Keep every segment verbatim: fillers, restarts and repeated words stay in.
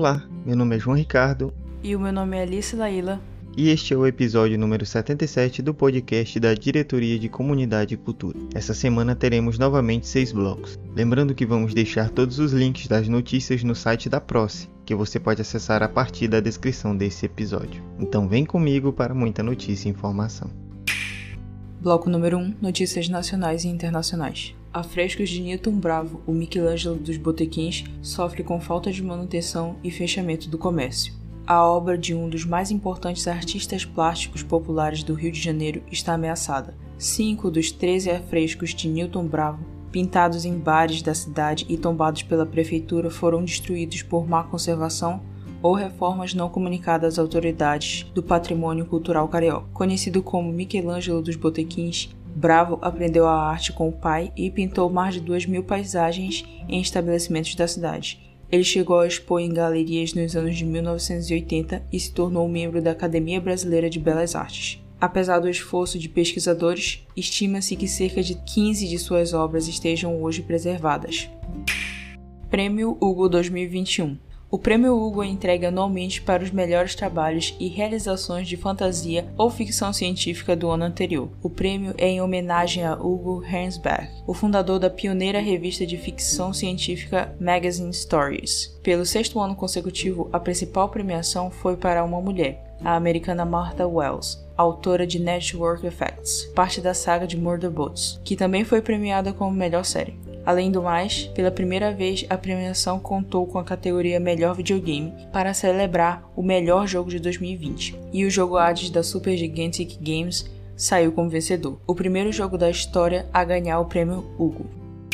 Olá, meu nome é João Ricardo. E o meu nome é Alice Laíla. E este é o episódio número setenta e sete do podcast da Diretoria de Comunidade e Cultura. Essa semana teremos novamente seis blocos. Lembrando que vamos deixar todos os links das notícias no site da Proce, que você pode acessar a partir da descrição desse episódio. Então vem comigo para muita notícia e informação. Bloco número um, notícias nacionais e internacionais. Afrescos de Newton Bravo, o Michelangelo dos Botequins, sofre com falta de manutenção e fechamento do comércio. A obra de um dos mais importantes artistas plásticos populares do Rio de Janeiro está ameaçada. Cinco dos treze afrescos de Newton Bravo, pintados em bares da cidade e tombados pela prefeitura, foram destruídos por má conservação ou reformas não comunicadas às autoridades do patrimônio cultural carioca. Conhecido como Michelangelo dos Botequins, Bravo aprendeu a arte com o pai e pintou mais de duas mil paisagens em estabelecimentos da cidade. Ele chegou a expor em galerias nos anos de mil novecentos e oitenta e se tornou membro da Academia Brasileira de Belas Artes. Apesar do esforço de pesquisadores, estima-se que cerca de quinze de suas obras estejam hoje preservadas. Prêmio Hugo dois mil e vinte e um. O Prêmio Hugo é entregue anualmente para os melhores trabalhos e realizações de fantasia ou ficção científica do ano anterior. O prêmio é em homenagem a Hugo Gernsback, o fundador da pioneira revista de ficção científica Magazine Stories. Pelo sexto ano consecutivo, a principal premiação foi para uma mulher, a americana Martha Wells, autora de Network Effects, parte da saga de Murder Boats, que também foi premiada como melhor série. Além do mais, pela primeira vez a premiação contou com a categoria Melhor Videogame para celebrar o melhor jogo de dois mil e vinte, e o jogo Hades da Super Gigantic Games saiu como vencedor, o primeiro jogo da história a ganhar o prêmio Hugo.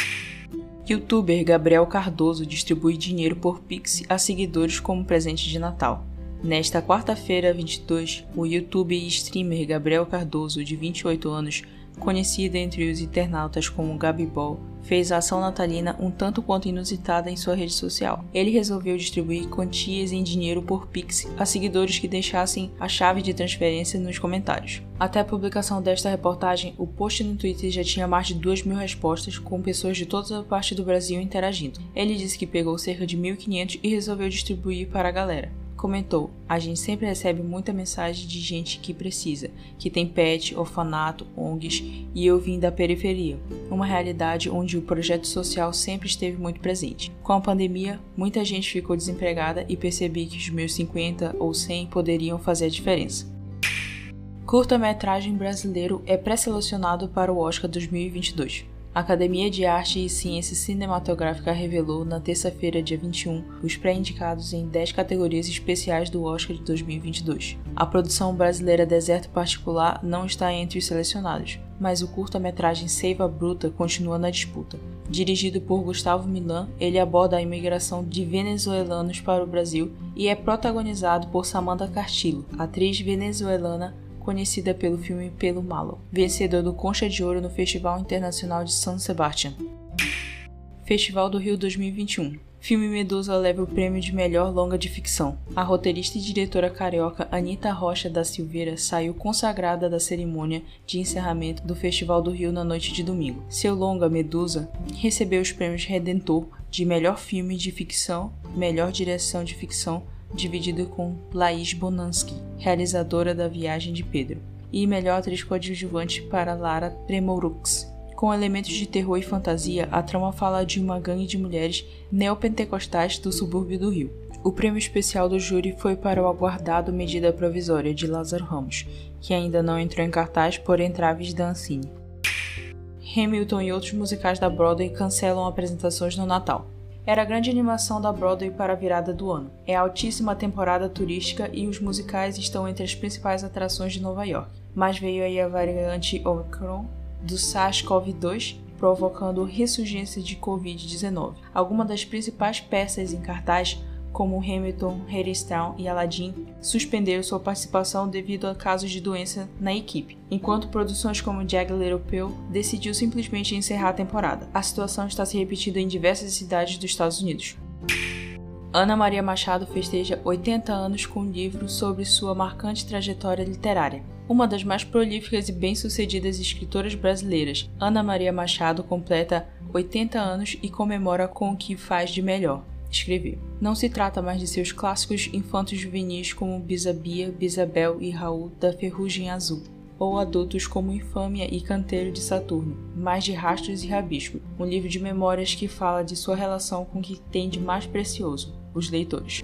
Youtuber Gabriel Cardoso distribui dinheiro por Pix a seguidores como presente de Natal. Nesta quarta-feira, vinte e dois, o youtuber e streamer Gabriel Cardoso, de vinte e oito anos, conhecido entre os internautas como Gabibol, fez a ação natalina um tanto quanto inusitada em sua rede social. Ele resolveu distribuir quantias em dinheiro por Pix a seguidores que deixassem a chave de transferência nos comentários. Até a publicação desta reportagem, o post no Twitter já tinha mais de duas mil respostas, com pessoas de toda a parte do Brasil interagindo. Ele disse que pegou cerca de mil e quinhentos e resolveu distribuir para a galera. Comentou: a gente sempre recebe muita mensagem de gente que precisa, que tem pet, orfanato, O N Gs, e eu vim da periferia, uma realidade onde o projeto social sempre esteve muito presente. Com a pandemia, muita gente ficou desempregada e percebi que os meus cinquenta ou cem poderiam fazer a diferença. Curta-metragem brasileiro é pré-selecionado para o Oscar dois mil e vinte e dois. A Academia de Arte e Ciência Cinematográfica revelou na terça-feira, dia vinte e um, os pré-indicados em dez categorias especiais do Oscar de dois mil e vinte e dois. A produção brasileira Deserto Particular não está entre os selecionados, mas o curta-metragem Seiva Bruta continua na disputa. Dirigido por Gustavo Millan, ele aborda a imigração de venezuelanos para o Brasil e é protagonizado por Samantha Cartillo, atriz venezuelana conhecida pelo filme Pelo Malo, vencedor do Concha de Ouro no Festival Internacional de San Sebastián. Festival do Rio dois mil e vinte e um. Filme Medusa leva o prêmio de melhor longa de ficção. A roteirista e diretora carioca Anita Rocha da Silveira saiu consagrada da cerimônia de encerramento do Festival do Rio na noite de domingo. Seu longa, Medusa, recebeu os prêmios Redentor de melhor filme de ficção, melhor direção de ficção, dividido com Laís Bonansky, realizadora da Viagem de Pedro, e melhor atriz coadjuvante para Lara Tremorux. Com elementos de terror e fantasia, a trama fala de uma gangue de mulheres neopentecostais do subúrbio do Rio. O prêmio especial do júri foi para o aguardado Medida Provisória, de Lázaro Ramos, que ainda não entrou em cartaz por entraves da Ancine. Hamilton e outros musicais da Broadway cancelam apresentações no Natal. Era a grande animação da Broadway para a virada do ano. É a altíssima temporada turística e os musicais estão entre as principais atrações de Nova York. Mas veio aí a variante Omicron do SARS-C o V dois, provocando ressurgência de covid dezenove. Algumas das principais peças em cartaz, como Hamilton, Hadestown e Aladdin, suspenderam sua participação devido a casos de doença na equipe, enquanto produções como Jagged Little Pill decidiu simplesmente encerrar a temporada. A situação está se repetindo em diversas cidades dos Estados Unidos. Ana Maria Machado festeja oitenta anos com um livro sobre sua marcante trajetória literária. Uma das mais prolíficas e bem-sucedidas escritoras brasileiras, Ana Maria Machado completa oitenta anos e comemora com o que faz de melhor: escrever. Não se trata mais de seus clássicos infantos juvenis como Bisabia, Bisabel e Raul da Ferrugem Azul, ou adultos como Infâmia e Canteiro de Saturno, mas de Rastros e Rabisco, um livro de memórias que fala de sua relação com o que tem de mais precioso, os leitores.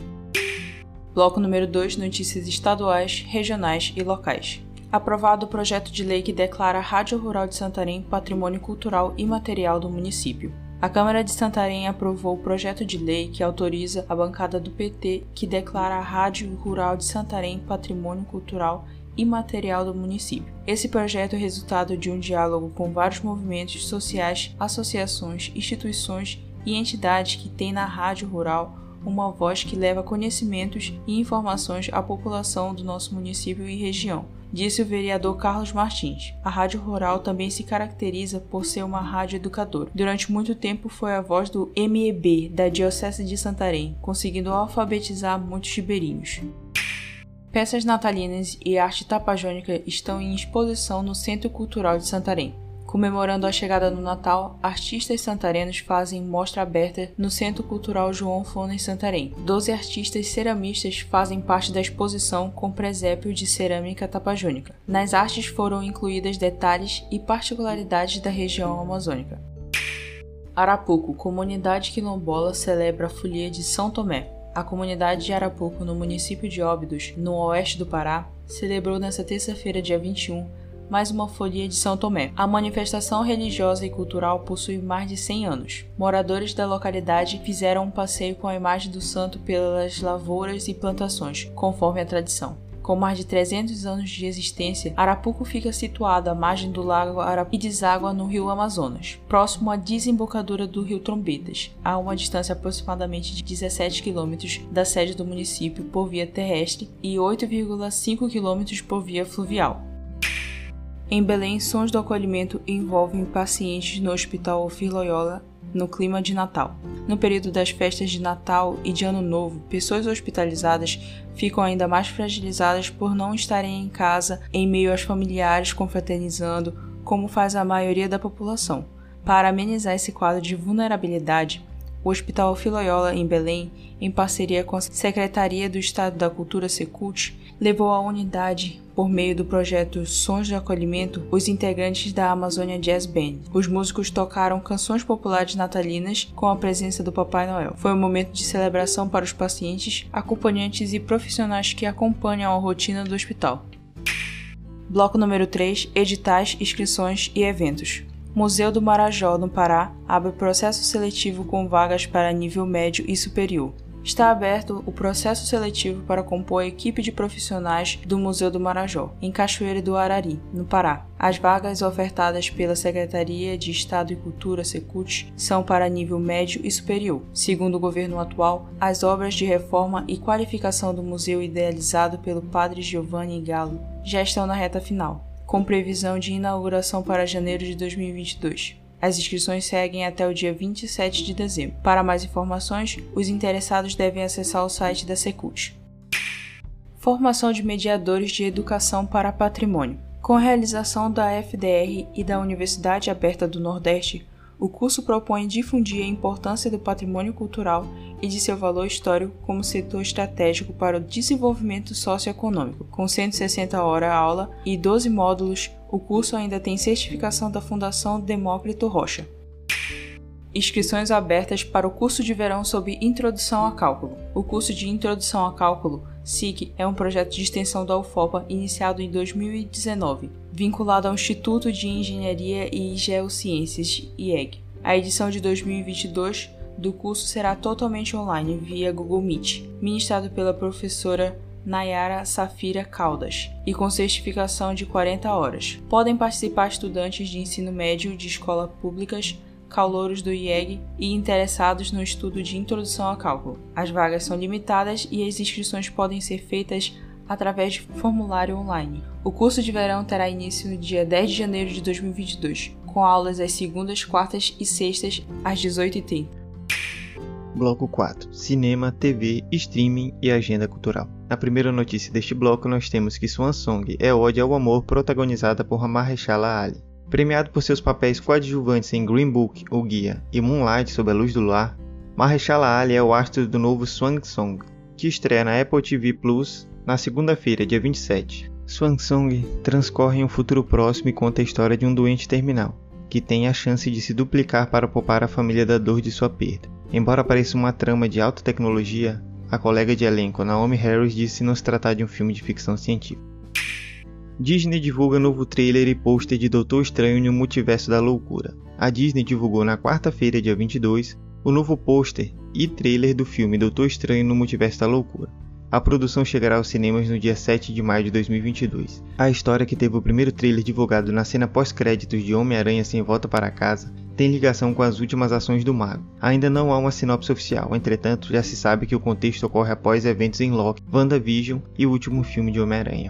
Bloco número dois, notícias estaduais, regionais e locais. Aprovado o projeto de lei que declara a Rádio Rural de Santarém patrimônio cultural imaterial do município. A Câmara de Santarém aprovou o projeto de lei que autoriza a bancada do P T que declara a Rádio Rural de Santarém patrimônio cultural imaterial do município. Esse projeto é resultado de um diálogo com vários movimentos sociais, associações, instituições e entidades que têm na Rádio Rural uma voz que leva conhecimentos e informações à população do nosso município e região, disse o vereador Carlos Martins. A Rádio Rural também se caracteriza por ser uma rádio educadora. Durante muito tempo foi a voz do M E B da Diocese de Santarém, conseguindo alfabetizar muitos ribeirinhos. Peças natalinas e arte tapajônica estão em exposição no Centro Cultural de Santarém. Comemorando a chegada do Natal, artistas santarenos fazem mostra aberta no Centro Cultural João Fona em Santarém. Doze artistas ceramistas fazem parte da exposição com presépio de cerâmica tapajônica. Nas artes foram incluídas detalhes e particularidades da região amazônica. Arapuco, comunidade quilombola, celebra a folia de São Tomé. A comunidade de Arapuco, no município de Óbidos, no oeste do Pará, celebrou nesta terça-feira, dia vinte e um, mais uma folia de São Tomé. A manifestação religiosa e cultural possui mais de cem anos. Moradores da localidade fizeram um passeio com a imagem do santo pelas lavouras e plantações, conforme a tradição. Com mais de trezentos anos de existência, Arapuco fica situado à margem do lago Arapuco e deságua no rio Amazonas, próximo à desembocadura do rio Trombetas, a uma distância aproximadamente de dezessete quilômetros da sede do município por via terrestre e oito vírgula cinco quilômetros por via fluvial. Em Belém, sons do acolhimento envolvem pacientes no Hospital Ofir Loyola no clima de Natal. No período das festas de Natal e de Ano Novo, pessoas hospitalizadas ficam ainda mais fragilizadas por não estarem em casa em meio aos familiares confraternizando, como faz a maioria da população. Para amenizar esse quadro de vulnerabilidade, o Hospital Ofir Loyola, em Belém, em parceria com a Secretaria do Estado da Cultura Secult, levou à unidade, por meio do projeto Sons de Acolhimento, os integrantes da Amazônia Jazz Band. Os músicos tocaram canções populares natalinas com a presença do Papai Noel. Foi um momento de celebração para os pacientes, acompanhantes e profissionais que acompanham a rotina do hospital. Bloco número três, editais, inscrições e eventos. Museu do Marajó, no Pará, abre processo seletivo com vagas para nível médio e superior. Está aberto o processo seletivo para compor a equipe de profissionais do Museu do Marajó, em Cachoeira do Arari, no Pará. As vagas ofertadas pela Secretaria de Estado e Cultura, Secult, são para nível médio e superior. Segundo o governo atual, as obras de reforma e qualificação do museu idealizado pelo padre Giovanni Galo já estão na reta final, com previsão de inauguração para janeiro de dois mil e vinte e dois. As inscrições seguem até o dia vinte e sete de dezembro. Para mais informações, os interessados devem acessar o site da Secult. Formação de mediadores de educação para patrimônio. Com a realização da F D R e da Universidade Aberta do Nordeste, o curso propõe difundir a importância do patrimônio cultural e de seu valor histórico como setor estratégico para o desenvolvimento socioeconômico. Com cento e sessenta horas aula e doze módulos, o curso ainda tem certificação da Fundação Demócrito Rocha. Inscrições abertas para o curso de verão sobre Introdução a Cálculo. O curso de Introdução a Cálculo, S I C, é um projeto de extensão da U F O P A iniciado em dois mil e dezenove, vinculado ao Instituto de Engenharia e Geociências, I E G. A edição de dois mil e vinte e dois do curso será totalmente online via Google Meet, ministrado pela professora Nayara Safira Caldas, e com certificação de quarenta horas. Podem participar estudantes de ensino médio de escolas públicas, calouros do I E G e interessados no estudo de Introdução a Cálculo. As vagas são limitadas e as inscrições podem ser feitas através de formulário online. O curso de verão terá início no dia dez de janeiro de dois mil e vinte e dois, com aulas às segundas, quartas e sextas às dezoito e trinta. Bloco quatro. Cinema, T V, streaming e agenda cultural. Na primeira notícia deste bloco nós temos que Swan Song é Ode ao Amor, protagonizada por Mahershala Ali. Premiado por seus papéis coadjuvantes em Green Book, O Guia, e Moonlight Sob a Luz do Luar, Mahershala Ali é o astro do novo Swan Song, que estreia na Apple T V Plus na segunda-feira, dia vinte e sete. Swan Song transcorre em um futuro próximo e conta a história de um doente terminal, que tem a chance de se duplicar para poupar a família da dor de sua perda. Embora pareça uma trama de alta tecnologia, a colega de elenco Naomi Harris disse não se tratar de um filme de ficção científica. Disney divulga novo trailer e pôster de Doutor Estranho no Multiverso da Loucura. A Disney divulgou na quarta-feira, dia vinte e dois, o novo pôster e trailer do filme Doutor Estranho no Multiverso da Loucura. A produção chegará aos cinemas no dia sete de maio de dois mil e vinte e dois. A história, que teve o primeiro trailer divulgado na cena pós-créditos de Homem-Aranha Sem Volta para Casa, tem ligação com as últimas ações do mago. Ainda não há uma sinopse oficial, entretanto já se sabe que o contexto ocorre após eventos em Loki, WandaVision e o último filme de Homem-Aranha.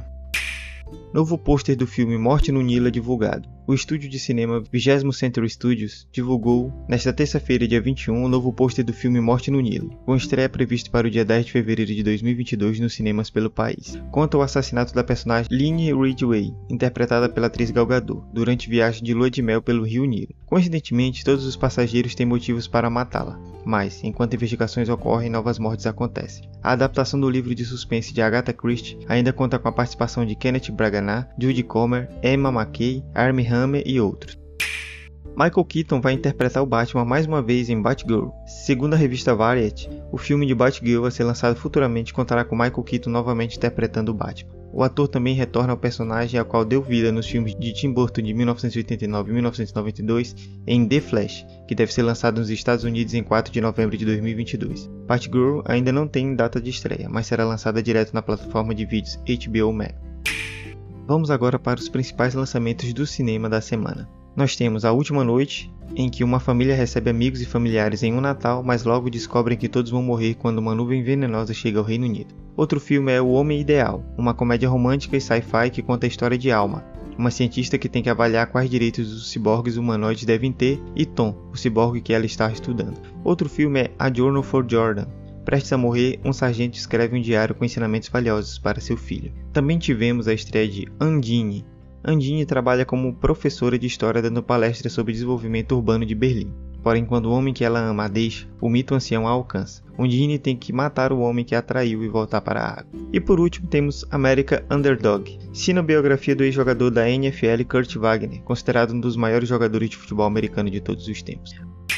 Novo pôster do filme Morte no Nilo é divulgado. O estúdio de cinema vigésimo Century Studios divulgou, nesta terça-feira, dia vinte e um, o novo pôster do filme Morte no Nilo, com estreia prevista para o dia dez de fevereiro de dois mil e vinte e dois nos cinemas pelo país. Conta o assassinato da personagem Lynne Ridgway, interpretada pela atriz Gal Gadot, durante viagem de lua de mel pelo rio Nilo. Coincidentemente, todos os passageiros têm motivos para matá-la, mas, enquanto investigações ocorrem, novas mortes acontecem. A adaptação do livro de suspense de Agatha Christie ainda conta com a participação de Kenneth Branagh, Jodie Comer, Emma Mackey, Armie Hammer e outros. Michael Keaton vai interpretar o Batman mais uma vez em Batgirl. Segundo a revista Variety, o filme de Batgirl a ser lançado futuramente contará com Michael Keaton novamente interpretando o Batman. O ator também retorna ao personagem ao qual deu vida nos filmes de Tim Burton de mil novecentos e oitenta e nove e mil novecentos e noventa e dois em The Flash, que deve ser lançado nos Estados Unidos em quatro de novembro de dois mil e vinte e dois. Batgirl ainda não tem data de estreia, mas será lançada direto na plataforma de vídeos H B O Max. Vamos agora para os principais lançamentos do cinema da semana. Nós temos A Última Noite, em que uma família recebe amigos e familiares em um Natal, mas logo descobrem que todos vão morrer quando uma nuvem venenosa chega ao Reino Unido. Outro filme é O Homem Ideal, uma comédia romântica e sci-fi que conta a história de Alma, uma cientista que tem que avaliar quais direitos os ciborgues humanoides devem ter, e Tom, o ciborgue que ela está estudando. Outro filme é A Journal for Jordan. Prestes a morrer, um sargento escreve um diário com ensinamentos valiosos para seu filho. Também tivemos a estreia de Undine. Undine trabalha como professora de história dando palestras sobre desenvolvimento urbano de Berlim. Porém, quando o homem que ela ama a deixa, o mito ancião a alcança. Undine tem que matar o homem que a traiu e voltar para a água. E por último temos American Underdog, cinebiografia do ex-jogador da N F L Kurt Wagner, considerado um dos maiores jogadores de futebol americano de todos os tempos.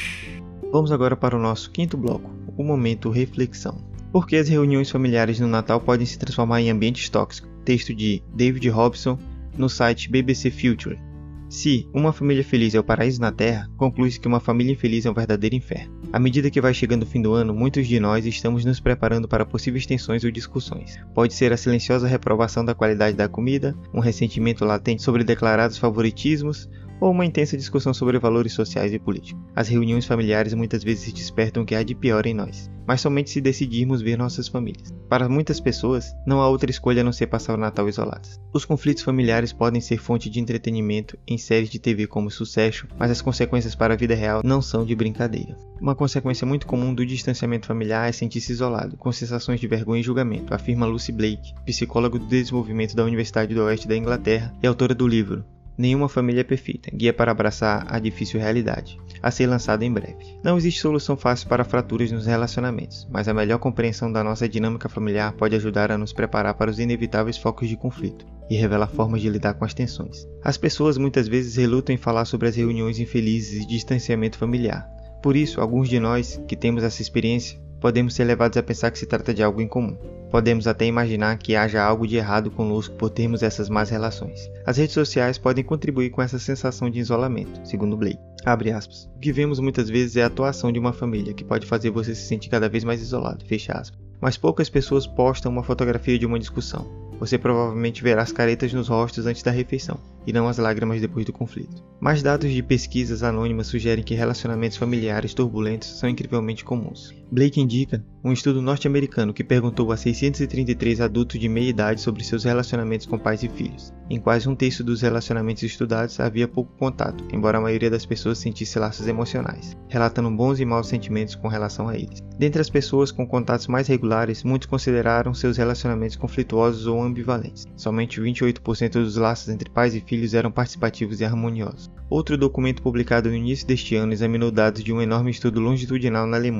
Vamos agora para o nosso quinto bloco, o momento reflexão. Por que as reuniões familiares no Natal podem se transformar em ambientes tóxicos? Texto de David Robson no site B B C Future. Se uma família feliz é o paraíso na Terra, conclui-se que uma família infeliz é um verdadeiro inferno. À medida que vai chegando o fim do ano, muitos de nós estamos nos preparando para possíveis tensões ou discussões. Pode ser a silenciosa reprovação da qualidade da comida, um ressentimento latente sobre declarados favoritismos, ou uma intensa discussão sobre valores sociais e políticos. As reuniões familiares muitas vezes despertam o que há de pior em nós, mas somente se decidirmos ver nossas famílias. Para muitas pessoas, não há outra escolha a não ser passar o Natal isoladas. Os conflitos familiares podem ser fonte de entretenimento em séries de T V como Succession, mas as consequências para a vida real não são de brincadeira. Uma consequência muito comum do distanciamento familiar é sentir-se isolado, com sensações de vergonha e julgamento, afirma Lucy Blake, psicóloga do desenvolvimento da Universidade do Oeste da Inglaterra e autora do livro Nenhuma Família é Perfeita, Guia para Abraçar a Difícil Realidade, a ser lançado em breve. Não existe solução fácil para fraturas nos relacionamentos, mas a melhor compreensão da nossa dinâmica familiar pode ajudar a nos preparar para os inevitáveis focos de conflito e revelar formas de lidar com as tensões. As pessoas muitas vezes relutam em falar sobre as reuniões infelizes e distanciamento familiar. Por isso, alguns de nós, que temos essa experiência, podemos ser levados a pensar que se trata de algo incomum. Podemos até imaginar que haja algo de errado conosco por termos essas más relações. As redes sociais podem contribuir com essa sensação de isolamento, segundo Blake. Abre aspas. O que vemos muitas vezes é a atuação de uma família, que pode fazer você se sentir cada vez mais isolado, fecha aspas. Mas poucas pessoas postam uma fotografia de uma discussão. Você provavelmente verá as caretas nos rostos antes da refeição, e não as lágrimas depois do conflito. Mas dados de pesquisas anônimas sugerem que relacionamentos familiares turbulentos são incrivelmente comuns. Blake indica um estudo norte-americano que perguntou a seiscentos e trinta e três adultos de meia idade sobre seus relacionamentos com pais e filhos. Em quase um terço dos relacionamentos estudados havia pouco contato, embora a maioria das pessoas sentisse laços emocionais, relatando bons e maus sentimentos com relação a eles. Dentre as pessoas com contatos mais regulares, muitos consideraram seus relacionamentos conflituosos ou ambivalentes. Somente vinte e oito por cento dos laços entre pais e filhos eram participativos e harmoniosos. Outro documento publicado no início deste ano examinou dados de um enorme estudo longitudinal na Alemanha.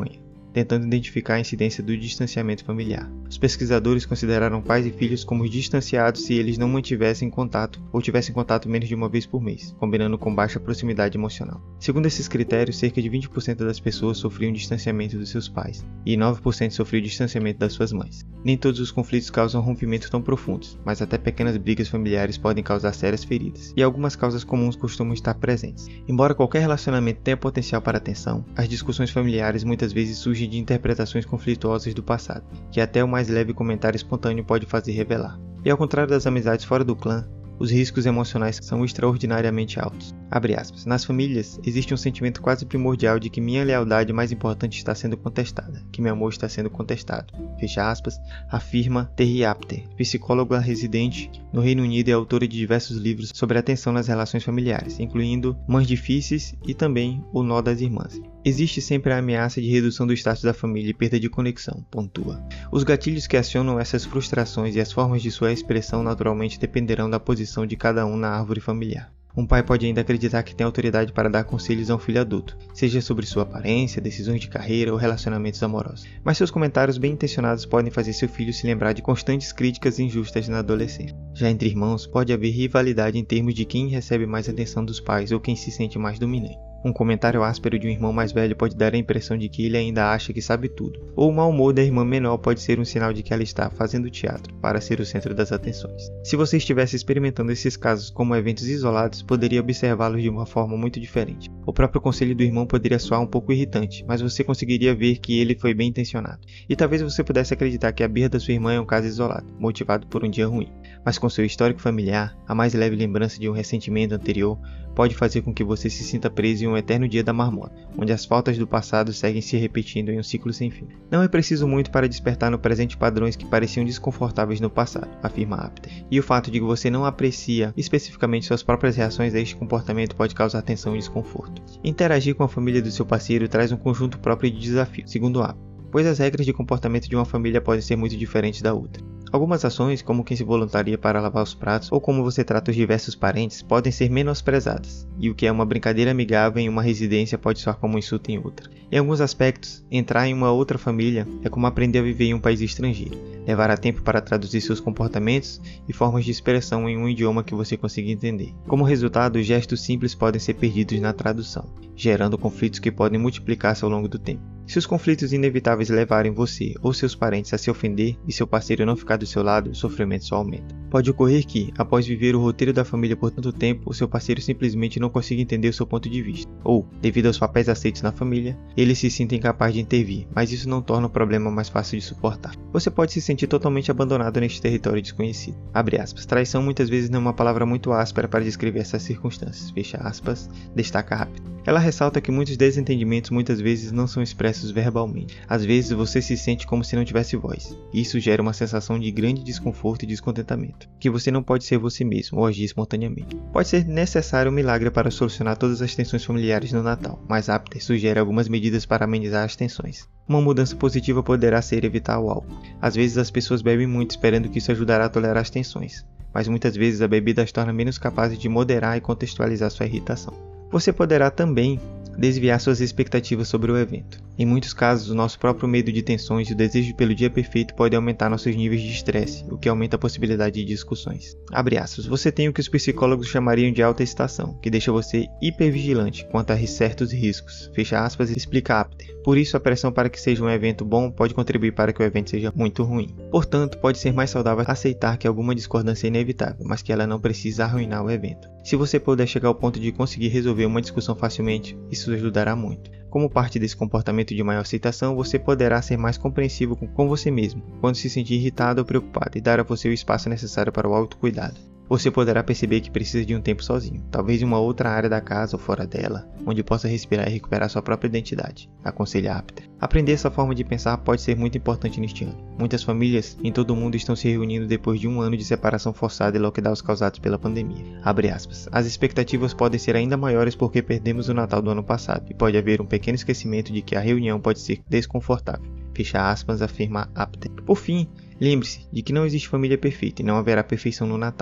tentando identificar a incidência do distanciamento familiar. Os pesquisadores consideraram pais e filhos como distanciados se eles não mantivessem contato ou tivessem contato menos de uma vez por mês, combinando com baixa proximidade emocional. Segundo esses critérios, cerca de vinte por cento das pessoas sofriam distanciamento dos seus pais e nove por cento sofriam distanciamento das suas mães. Nem todos os conflitos causam rompimentos tão profundos, mas até pequenas brigas familiares podem causar sérias feridas, e algumas causas comuns costumam estar presentes. Embora qualquer relacionamento tenha potencial para tensão, as discussões familiares muitas vezes surgem de interpretações conflituosas do passado, que até o mais leve comentário espontâneo pode fazer revelar. E ao contrário das amizades fora do clã, os riscos emocionais são extraordinariamente altos. Abre aspas. Nas famílias, existe um sentimento quase primordial de que minha lealdade mais importante está sendo contestada, que meu amor está sendo contestado. Fecha aspas, afirma Terry Apter, psicóloga residente no Reino Unido e autora de diversos livros sobre a tensão nas relações familiares, incluindo Mães Difíceis e também O Nó das Irmãs. Existe sempre a ameaça de redução do status da família e perda de conexão, pontua. Os gatilhos que acionam essas frustrações e as formas de sua expressão naturalmente dependerão da posição de cada um na árvore familiar. Um pai pode ainda acreditar que tem autoridade para dar conselhos a um filho adulto, seja sobre sua aparência, decisões de carreira ou relacionamentos amorosos. Mas seus comentários bem intencionados podem fazer seu filho se lembrar de constantes críticas injustas na adolescência. Já entre irmãos, pode haver rivalidade em termos de quem recebe mais atenção dos pais ou quem se sente mais dominante. Um comentário áspero de um irmão mais velho pode dar a impressão de que ele ainda acha que sabe tudo, ou o mau humor da irmã menor pode ser um sinal de que ela está fazendo teatro para ser o centro das atenções. Se você estivesse experimentando esses casos como eventos isolados, poderia observá-los de uma forma muito diferente. O próprio conselho do irmão poderia soar um pouco irritante, mas você conseguiria ver que ele foi bem intencionado. E talvez você pudesse acreditar que a birra da sua irmã é um caso isolado, motivado por um dia ruim. Mas com seu histórico familiar, a mais leve lembrança de um ressentimento anterior pode fazer com que você se sinta preso em um eterno dia da marmota, onde as faltas do passado seguem se repetindo em um ciclo sem fim. Não é preciso muito para despertar no presente padrões que pareciam desconfortáveis no passado, afirma Apter. E o fato de que você não aprecia especificamente suas próprias reações a este comportamento pode causar tensão e desconforto. Interagir com a família do seu parceiro traz um conjunto próprio de desafios, segundo Apter, pois as regras de comportamento de uma família podem ser muito diferentes da outra. Algumas ações, como quem se voluntaria para lavar os pratos ou como você trata os diversos parentes, podem ser menosprezadas, e o que é uma brincadeira amigável em uma residência pode soar como um insulto em outra. Em alguns aspectos, entrar em uma outra família é como aprender a viver em um país estrangeiro. Levará tempo para traduzir seus comportamentos e formas de expressão em um idioma que você consiga entender. Como resultado, gestos simples podem ser perdidos na tradução, gerando conflitos que podem multiplicar-se ao longo do tempo. Se os conflitos inevitáveis levarem você ou seus parentes a se ofender e seu parceiro não ficar do seu lado, o sofrimento só aumenta. Pode ocorrer que, após viver o roteiro da família por tanto tempo, o seu parceiro simplesmente não consiga entender o seu ponto de vista. Ou, devido aos papéis aceitos na família, ele se sinta incapaz de intervir, mas isso não torna o problema mais fácil de suportar. Você pode se sentir totalmente abandonado neste território desconhecido. Abre aspas. Traição muitas vezes não é uma palavra muito áspera para descrever essas circunstâncias. Fecha aspas. Destaca rápido. Ela ressalta que muitos desentendimentos muitas vezes não são expressos verbalmente. Às vezes você se sente como se não tivesse voz. Isso gera uma sensação de grande desconforto e descontentamento, que você não pode ser você mesmo ou agir espontaneamente. Pode ser necessário um milagre para solucionar todas as tensões familiares no Natal, mas Apter sugere algumas medidas para amenizar as tensões. Uma mudança positiva poderá ser evitar o álcool. Às vezes as pessoas bebem muito esperando que isso ajudará a tolerar as tensões, mas muitas vezes a bebida as torna menos capazes de moderar e contextualizar sua irritação. Você poderá também desviar suas expectativas sobre o evento. Em muitos casos, o nosso próprio medo de tensões e o desejo pelo dia perfeito pode aumentar nossos níveis de estresse, o que aumenta a possibilidade de discussões. Abre aspas, você tem o que os psicólogos chamariam de alta excitação, que deixa você hipervigilante quanto a certos riscos. Fecha aspas, explica Apter. Por isso, a pressão para que seja um evento bom pode contribuir para que o evento seja muito ruim. Portanto, pode ser mais saudável aceitar que alguma discordância é inevitável, mas que ela não precisa arruinar o evento. Se você puder chegar ao ponto de conseguir resolver uma discussão facilmente, isso ajudará muito. Como parte desse comportamento de maior aceitação, você poderá ser mais compreensivo com você mesmo, quando se sentir irritado ou preocupado, e dar a você o espaço necessário para o autocuidado. Você poderá perceber que precisa de um tempo sozinho, talvez em uma outra área da casa ou fora dela, onde possa respirar e recuperar sua própria identidade, aconselha Apter. Aprender essa forma de pensar pode ser muito importante neste ano. Muitas famílias em todo o mundo estão se reunindo depois de um ano de separação forçada e lockdowns causados pela pandemia. Abre aspas. As expectativas podem ser ainda maiores porque perdemos o Natal do ano passado, e pode haver um pequeno esquecimento de que a reunião pode ser desconfortável. Fecha aspas, afirma Apter. Por fim, lembre-se de que não existe família perfeita e não haverá perfeição no Natal.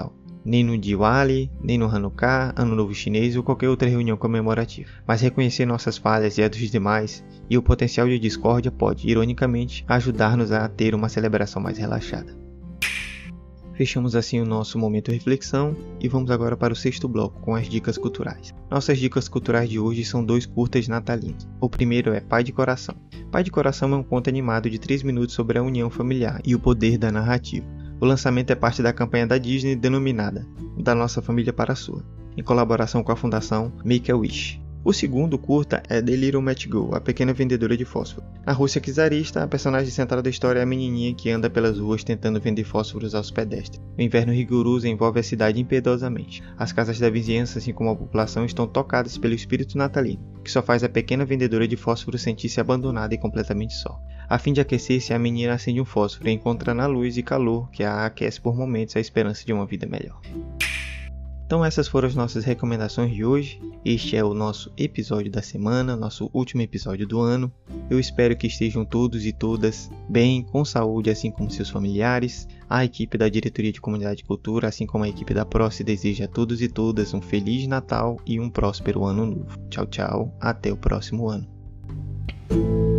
nem no Diwali, nem no Hanukkah, Ano Novo Chinês ou qualquer outra reunião comemorativa. Mas reconhecer nossas falhas e a dos demais e o potencial de discórdia pode, ironicamente, ajudar-nos a ter uma celebração mais relaxada. Fechamos assim o nosso momento reflexão e vamos agora para o sexto bloco com as dicas culturais. Nossas dicas culturais de hoje são dois curtas natalinos. O primeiro é Pai de Coração. Pai de Coração é um conto animado de três minutos sobre a união familiar e o poder da narrativa. O lançamento é parte da campanha da Disney denominada Da Nossa Família para a Sua, em colaboração com a fundação Make-A-Wish. O segundo curta é The Little Match Girl, a pequena vendedora de fósforo. Na Rússia czarista, a personagem central da história é a menininha que anda pelas ruas tentando vender fósforos aos pedestres. O inverno rigoroso envolve a cidade impiedosamente. As casas da vizinhança, assim como a população, estão tocadas pelo espírito natalino, que só faz a pequena vendedora de fósforo sentir-se abandonada e completamente só. A fim de aquecer-se, a menina acende um fósforo e encontra na luz e calor que a aquece por momentos a esperança de uma vida melhor. Então essas foram as nossas recomendações de hoje. Este é o nosso episódio da semana, nosso último episódio do ano. Eu espero que estejam todos e todas bem, com saúde, assim como seus familiares. A equipe da Diretoria de Comunidade e Cultura, assim como a equipe da Proce, deseja a todos e todas um Feliz Natal e um próspero Ano Novo. Tchau, tchau. Até o próximo ano.